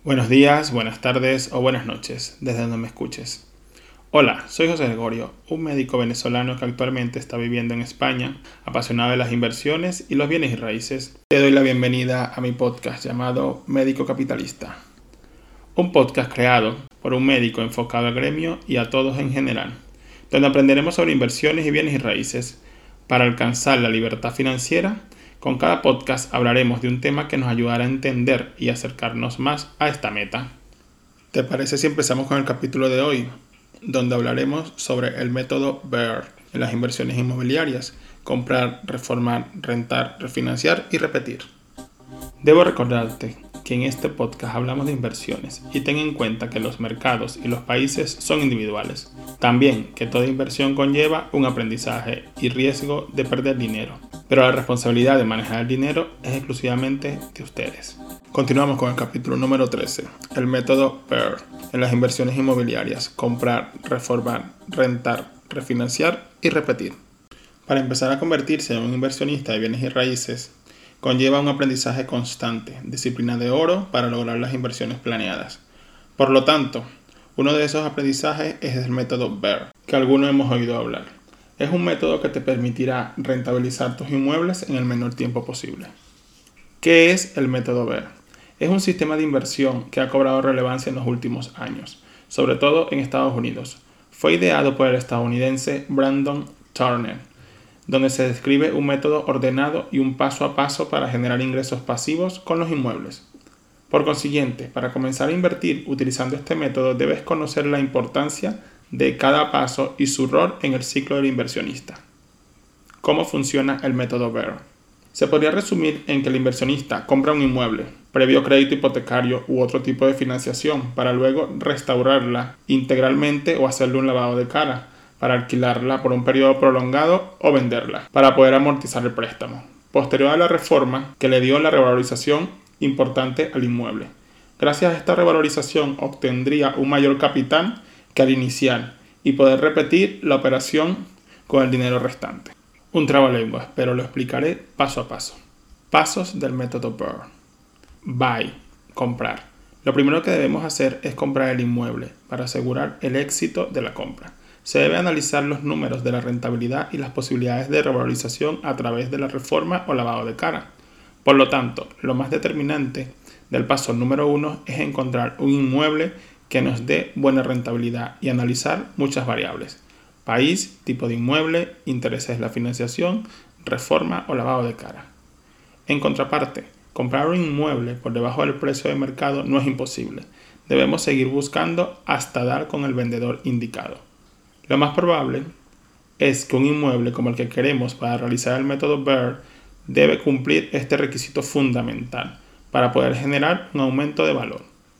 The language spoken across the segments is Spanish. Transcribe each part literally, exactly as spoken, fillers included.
Buenos días, buenas tardes o buenas noches, desde donde me escuches. Hola, soy José Gregorio, un médico venezolano que actualmente está viviendo en España, apasionado de las inversiones y los bienes y raíces. Te doy la bienvenida a mi podcast llamado Médico Capitalista. Un podcast creado por un médico enfocado al gremio y a todos en general, donde aprenderemos sobre inversiones y bienes y raíces para alcanzar la libertad financiera. Con cada podcast hablaremos de un tema que nos ayudará a entender y acercarnos más a esta meta. ¿Te parece si empezamos con el capítulo de hoy, donde hablaremos sobre el método B E R en las inversiones inmobiliarias: comprar, reformar, rentar, refinanciar y repetir? Debo recordarte que en este podcast hablamos de inversiones y ten en cuenta que los mercados y los países son individuales. También que toda inversión conlleva un aprendizaje y riesgo de perder dinero, pero la responsabilidad de manejar el dinero es exclusivamente de ustedes. Continuamos con el capítulo número trece, el método B E R en las inversiones inmobiliarias: comprar, reformar, rentar, refinanciar y repetir. Para empezar a convertirse en un inversionista de bienes y raíces, conlleva un aprendizaje constante, disciplina de oro para lograr las inversiones planeadas. Por lo tanto, uno de esos aprendizajes es el método B E R, que algunos hemos oído hablar. Es un método que te permitirá rentabilizar tus inmuebles en el menor tiempo posible. ¿Qué es el método B E R? Es un sistema de inversión que ha cobrado relevancia en los últimos años, sobre todo en Estados Unidos. Fue ideado por el estadounidense Brandon Turner, donde se describe un método ordenado y un paso a paso para generar ingresos pasivos con los inmuebles. Por consiguiente, para comenzar a invertir utilizando este método debes conocer la importancia de cada paso y su rol en el ciclo del inversionista. ¿Cómo funciona el método B E R? Se podría resumir en que el inversionista compra un inmueble, previo crédito hipotecario u otro tipo de financiación, para luego restaurarla integralmente o hacerle un lavado de cara, para alquilarla por un periodo prolongado o venderla, para poder amortizar el préstamo, posterior a la reforma que le dio la revalorización importante al inmueble. Gracias a esta revalorización obtendría un mayor capital que al inicial y poder repetir la operación con el dinero restante. Un trabalenguas, pero lo explicaré paso a paso. Pasos del método B E R. Buy, comprar. Lo primero que debemos hacer es comprar el inmueble para asegurar el éxito de la compra. Se debe analizar los números de la rentabilidad y las posibilidades de revalorización a través de la reforma o lavado de cara. Por lo tanto, lo más determinante del paso número uno es encontrar un inmueble que nos dé buena rentabilidad y analizar muchas variables: país, tipo de inmueble, intereses de la financiación, reforma o lavado de cara. En contraparte, comprar un inmueble por debajo del precio de mercado no es imposible. Debemos seguir buscando hasta dar con el vendedor indicado. Lo más probable es que un inmueble como el que queremos para realizar el método B E R debe cumplir este requisito fundamental para poder generar un aumento de valor.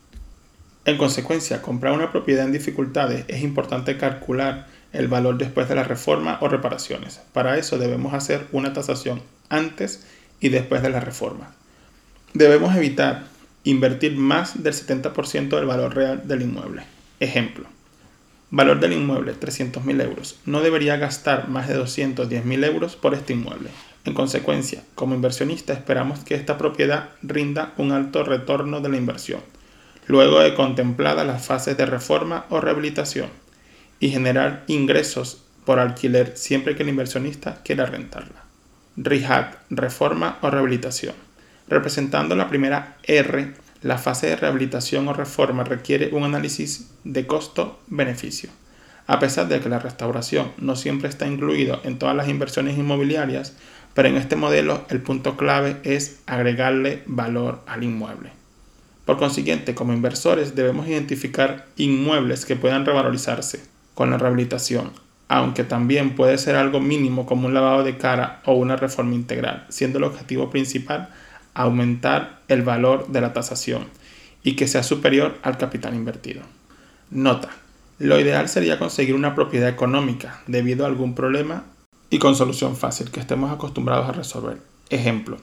En consecuencia, comprar una propiedad en dificultades es importante calcular el valor después de la reforma o reparaciones. Para eso debemos hacer una tasación antes y después de la reforma. Debemos evitar invertir más del setenta por ciento del valor real del inmueble. Ejemplo: valor del inmueble trescientos mil euros. No debería gastar más de doscientos diez mil euros por este inmueble. En consecuencia, como inversionista esperamos que esta propiedad rinda un alto retorno de la inversión, luego de contempladas las fases de reforma o rehabilitación, y generar ingresos por alquiler siempre que el inversionista quiera rentarla. Rehab, reforma o rehabilitación. Representando la primera R, la fase de rehabilitación o reforma requiere un análisis de costo-beneficio. A pesar de que la restauración no siempre está incluido en todas las inversiones inmobiliarias, pero en este modelo el punto clave es agregarle valor al inmueble. Por consiguiente, como inversores debemos identificar inmuebles que puedan revalorizarse con la rehabilitación, aunque también puede ser algo mínimo como un lavado de cara o una reforma integral, siendo el objetivo principal aumentar el valor de la tasación y que sea superior al capital invertido. Nota: lo ideal sería conseguir una propiedad económica debido a algún problema y con solución fácil que estemos acostumbrados a resolver. Ejemplo: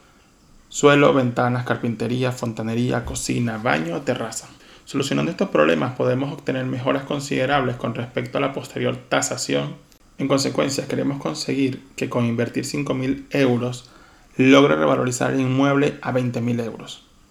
suelo, ventanas, carpintería, fontanería, cocina, baño, terraza. Solucionando estos problemas podemos obtener mejoras considerables con respecto a la posterior tasación. En consecuencia, queremos conseguir que con invertir cinco mil euros logre revalorizar el inmueble a veinte mil euros.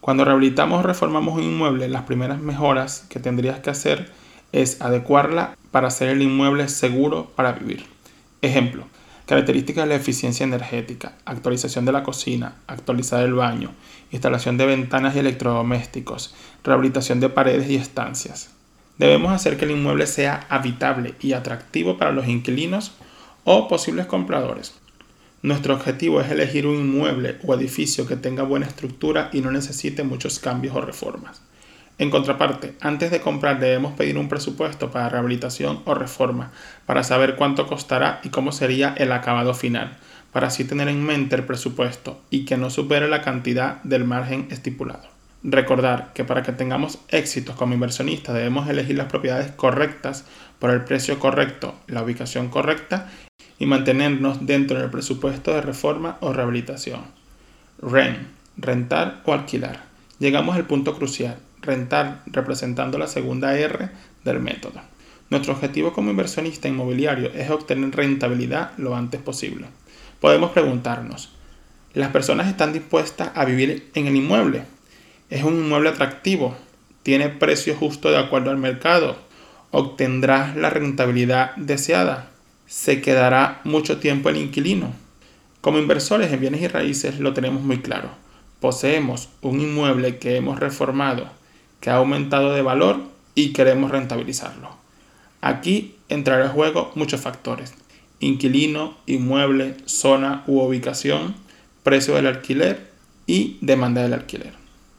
Cuando rehabilitamos o reformamos un inmueble, las primeras mejoras que tendrías que hacer es adecuarla para hacer el inmueble seguro para vivir. Ejemplo, características de la eficiencia energética, actualización de la cocina, actualizar el baño, instalación de ventanas y electrodomésticos, rehabilitación de paredes y estancias. Debemos hacer que el inmueble sea habitable y atractivo para los inquilinos o posibles compradores. Nuestro objetivo es elegir un inmueble o edificio que tenga buena estructura y no necesite muchos cambios o reformas. En contraparte, antes de comprar debemos pedir un presupuesto para rehabilitación o reforma para saber cuánto costará y cómo sería el acabado final, para así tener en mente el presupuesto y que no supere la cantidad del margen estipulado. Recordar que para que tengamos éxitos como inversionistas debemos elegir las propiedades correctas por el precio correcto, la ubicación correcta y mantenernos dentro del presupuesto de reforma o rehabilitación. Rent, rentar o alquilar. Llegamos al punto crucial, rentar representando la segunda R del método. Nuestro objetivo como inversionista inmobiliario es obtener rentabilidad lo antes posible. Podemos preguntarnos, ¿las personas están dispuestas a vivir en el inmueble? ¿Es un inmueble atractivo? ¿Tiene precio justo de acuerdo al mercado? ¿Obtendrá la rentabilidad deseada? ¿Se quedará mucho tiempo el inquilino? Como inversores en bienes y raíces lo tenemos muy claro. Poseemos un inmueble que hemos reformado, que ha aumentado de valor y queremos rentabilizarlo. Aquí entrará en juego muchos factores: inquilino, inmueble, zona u ubicación, precio del alquiler y demanda del alquiler.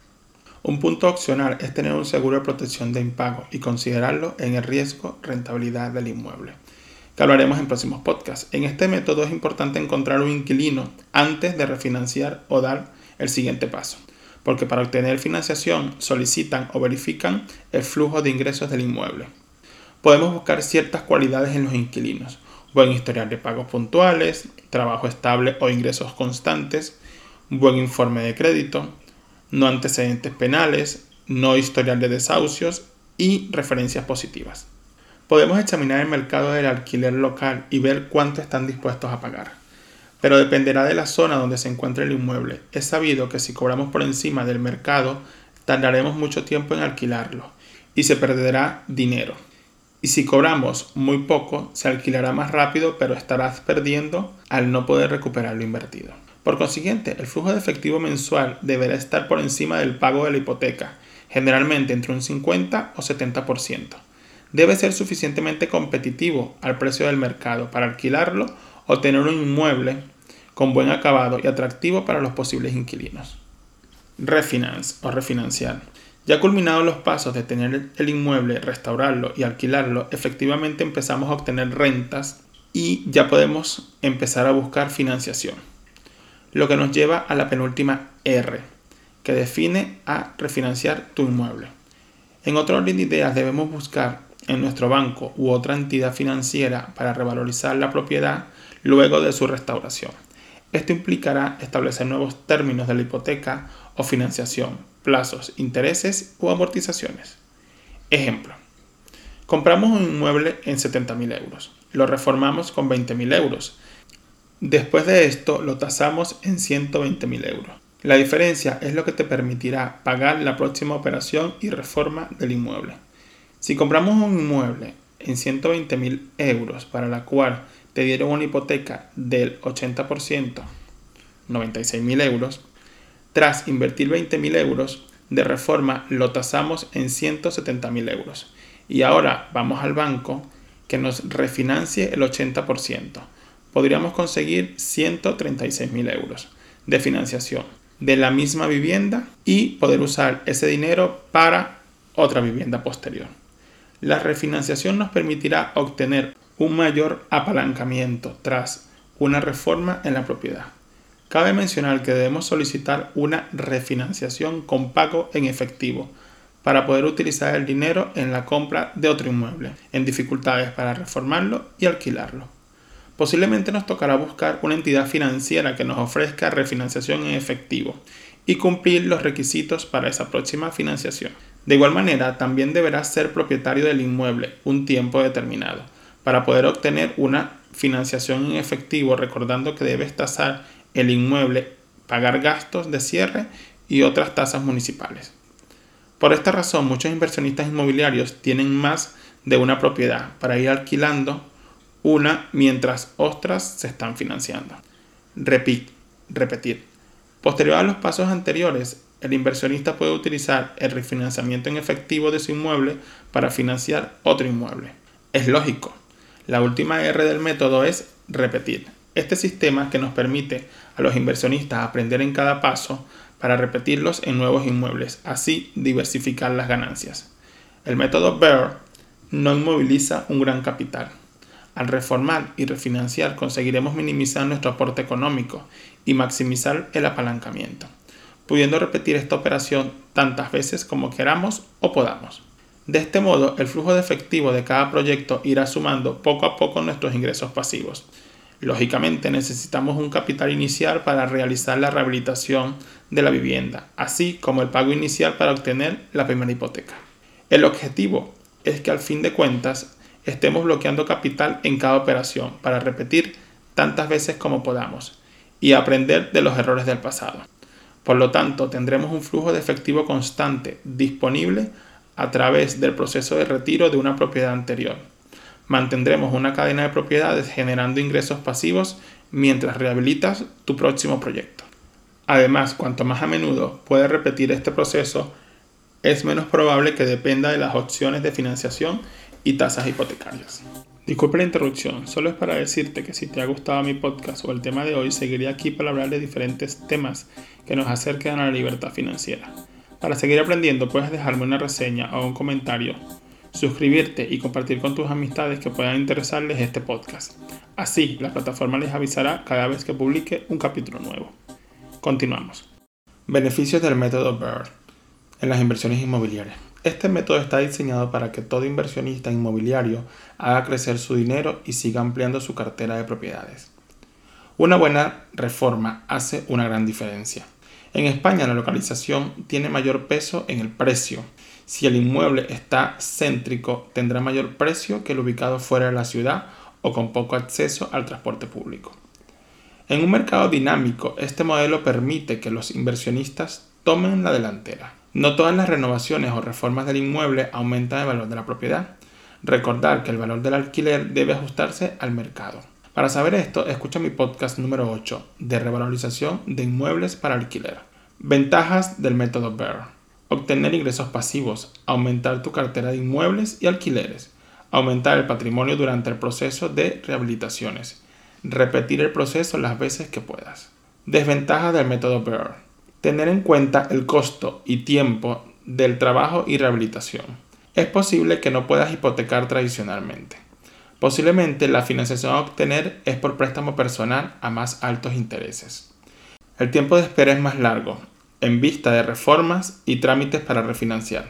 Un punto opcional es tener un seguro de protección de impago y considerarlo en el riesgo rentabilidad del inmueble, que hablaremos en próximos podcasts. En este método es importante encontrar un inquilino antes de refinanciar o dar el siguiente paso, porque para obtener financiación solicitan o verifican el flujo de ingresos del inmueble. Podemos buscar ciertas cualidades en los inquilinos: buen historial de pagos puntuales, trabajo estable o ingresos constantes, buen informe de crédito, no antecedentes penales, no historial de desahucios y referencias positivas. Podemos examinar el mercado del alquiler local y ver cuánto están dispuestos a pagar, pero dependerá de la zona donde se encuentre el inmueble. Es sabido que si cobramos por encima del mercado, tardaremos mucho tiempo en alquilarlo y se perderá dinero. Y si cobramos muy poco, se alquilará más rápido, pero estarás perdiendo al no poder recuperar lo invertido. Por consiguiente, el flujo de efectivo mensual deberá estar por encima del pago de la hipoteca, generalmente entre un cincuenta o setenta por ciento. Debe ser suficientemente competitivo al precio del mercado para alquilarlo o tener un inmueble con buen acabado y atractivo para los posibles inquilinos. Refinance o refinanciar. Ya culminados los pasos de tener el inmueble, restaurarlo y alquilarlo, efectivamente empezamos a obtener rentas y ya podemos empezar a buscar financiación. Lo que nos lleva a la penúltima R, que define a refinanciar tu inmueble. En otro orden de ideas, debemos buscar en nuestro banco u otra entidad financiera para revalorizar la propiedad luego de su restauración. Esto implicará establecer nuevos términos de la hipoteca o financiación, plazos, intereses o amortizaciones. Ejemplo: compramos un inmueble en setenta mil euros, lo reformamos con veinte mil euros. Después de esto lo tasamos en ciento veinte mil euros. La diferencia es lo que te permitirá pagar la próxima operación y reforma del inmueble. Si compramos un inmueble en ciento veinte mil euros para la cual te dieron una hipoteca del ochenta por ciento, noventa y seis mil euros, tras invertir veinte mil euros de reforma lo tasamos en ciento setenta mil euros. Y ahora vamos al banco que nos refinancie el ochenta por ciento. Podríamos conseguir ciento treinta y seis mil euros de financiación de la misma vivienda y poder usar ese dinero para otra vivienda posterior. La refinanciación nos permitirá obtener un mayor apalancamiento tras una reforma en la propiedad. Cabe mencionar que debemos solicitar una refinanciación con pago en efectivo para poder utilizar el dinero en la compra de otro inmueble, en dificultades para reformarlo y alquilarlo. Posiblemente nos tocará buscar una entidad financiera que nos ofrezca refinanciación en efectivo y cumplir los requisitos para esa próxima financiación. De igual manera, también deberás ser propietario del inmueble un tiempo determinado para poder obtener una financiación en efectivo, recordando que debes tasar el inmueble, pagar gastos de cierre y otras tasas municipales. Por esta razón, muchos inversionistas inmobiliarios tienen más de una propiedad para ir alquilando una mientras otras se están financiando. Repeat, repetir. Posterior a los pasos anteriores, el inversionista puede utilizar el refinanciamiento en efectivo de su inmueble para financiar otro inmueble. Es lógico. La última R del método es repetir. Este sistema que nos permite a los inversionistas aprender en cada paso para repetirlos en nuevos inmuebles, así diversificar las ganancias. El método B E R no inmoviliza un gran capital. Al reformar y refinanciar conseguiremos minimizar nuestro aporte económico y maximizar el apalancamiento, pudiendo repetir esta operación tantas veces como queramos o podamos. De este modo, el flujo de efectivo de cada proyecto irá sumando poco a poco nuestros ingresos pasivos. Lógicamente, necesitamos un capital inicial para realizar la rehabilitación de la vivienda, así como el pago inicial para obtener la primera hipoteca. El objetivo es que al fin de cuentas estemos bloqueando capital en cada operación para repetir tantas veces como podamos y aprender de los errores del pasado. Por lo tanto, tendremos un flujo de efectivo constante disponible a través del proceso de retiro de una propiedad anterior. Mantendremos una cadena de propiedades generando ingresos pasivos mientras rehabilitas tu próximo proyecto. Además, cuanto más a menudo puedes repetir este proceso, es menos probable que dependa de las opciones de financiación y tasas hipotecarias. Disculpe la interrupción, solo es para decirte que si te ha gustado mi podcast o el tema de hoy, seguiré aquí para hablar de diferentes temas que nos acerquen a la libertad financiera. Para seguir aprendiendo puedes dejarme una reseña o un comentario, suscribirte y compartir con tus amistades que puedan interesarles este podcast. Así, la plataforma les avisará cada vez que publique un capítulo nuevo. Continuamos. Beneficios del método B E R en las inversiones inmobiliarias. Este método está diseñado para que todo inversionista inmobiliario haga crecer su dinero y siga ampliando su cartera de propiedades. Una buena reforma hace una gran diferencia. En España, la localización tiene mayor peso en el precio. Si el inmueble está céntrico, tendrá mayor precio que el ubicado fuera de la ciudad o con poco acceso al transporte público. En un mercado dinámico, este modelo permite que los inversionistas tomen la delantera. No todas las renovaciones o reformas del inmueble aumentan el valor de la propiedad. Recordar que el valor del alquiler debe ajustarse al mercado. Para saber esto, escucha mi podcast número ocho de revalorización de inmuebles para alquiler. Ventajas del método B E R. Obtener ingresos pasivos, aumentar tu cartera de inmuebles y alquileres, aumentar el patrimonio durante el proceso de rehabilitaciones, repetir el proceso las veces que puedas. Desventajas del método B E R. Tener en cuenta el costo y tiempo del trabajo y rehabilitación. Es posible que no puedas hipotecar tradicionalmente. Posiblemente la financiación a obtener es por préstamo personal a más altos intereses. El tiempo de espera es más largo, en vista de reformas y trámites para refinanciar.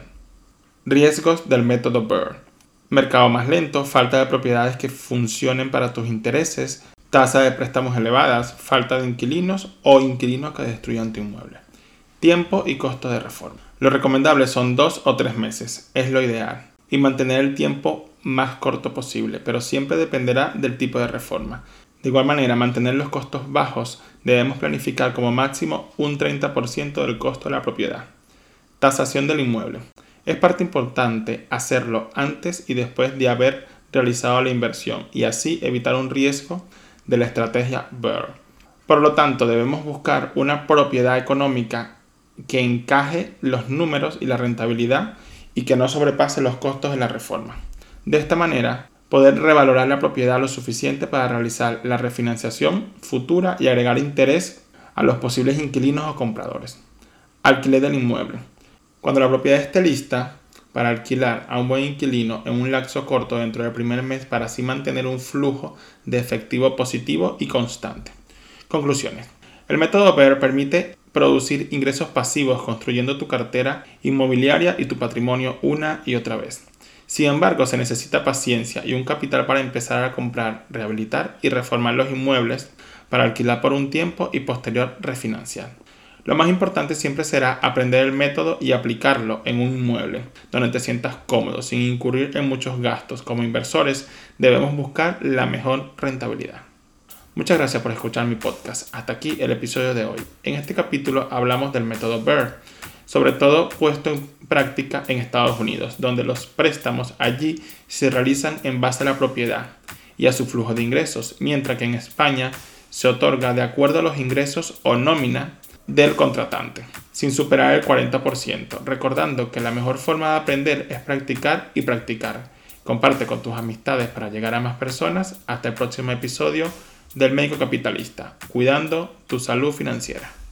Riesgos del método B E R. Mercado más lento, falta de propiedades que funcionen para tus intereses, tasa de préstamos elevadas, falta de inquilinos o inquilinos que destruyan tu inmueble. Tiempo y costo de reforma. Lo recomendable son dos o tres meses, es lo ideal, y mantener el tiempo más corto posible, pero siempre dependerá del tipo de reforma. De igual manera, mantener los costos bajos, debemos planificar como máximo un treinta por ciento del costo de la propiedad. Tasación del inmueble. Es parte importante hacerlo antes y después de haber realizado la inversión y así evitar un riesgo de la estrategia B E R. Por lo tanto, debemos buscar una propiedad económica que encaje los números y la rentabilidad y que no sobrepase los costos de la reforma. De esta manera, poder revalorar la propiedad lo suficiente para realizar la refinanciación futura y agregar interés a los posibles inquilinos o compradores. Alquiler del inmueble. Cuando la propiedad esté lista para alquilar a un buen inquilino en un lapso corto dentro del primer mes para así mantener un flujo de efectivo positivo y constante. Conclusiones. El método B E R permite producir ingresos pasivos construyendo tu cartera inmobiliaria y tu patrimonio una y otra vez. Sin embargo, se necesita paciencia y un capital para empezar a comprar, rehabilitar y reformar los inmuebles para alquilar por un tiempo y posterior refinanciar. Lo más importante siempre será aprender el método y aplicarlo en un inmueble donde te sientas cómodo sin incurrir en muchos gastos. Como inversores debemos buscar la mejor rentabilidad. Muchas gracias por escuchar mi podcast. Hasta aquí el episodio de hoy. En este capítulo hablamos del método B E R, sobre todo puesto en práctica en Estados Unidos, donde los préstamos allí se realizan en base a la propiedad y a su flujo de ingresos, mientras que en España se otorga de acuerdo a los ingresos o nómina del contratante, sin superar el cuarenta por ciento, recordando que la mejor forma de aprender es practicar y practicar. Comparte con tus amistades para llegar a más personas. Hasta el próximo episodio del Médico Capitalista, cuidando tu salud financiera.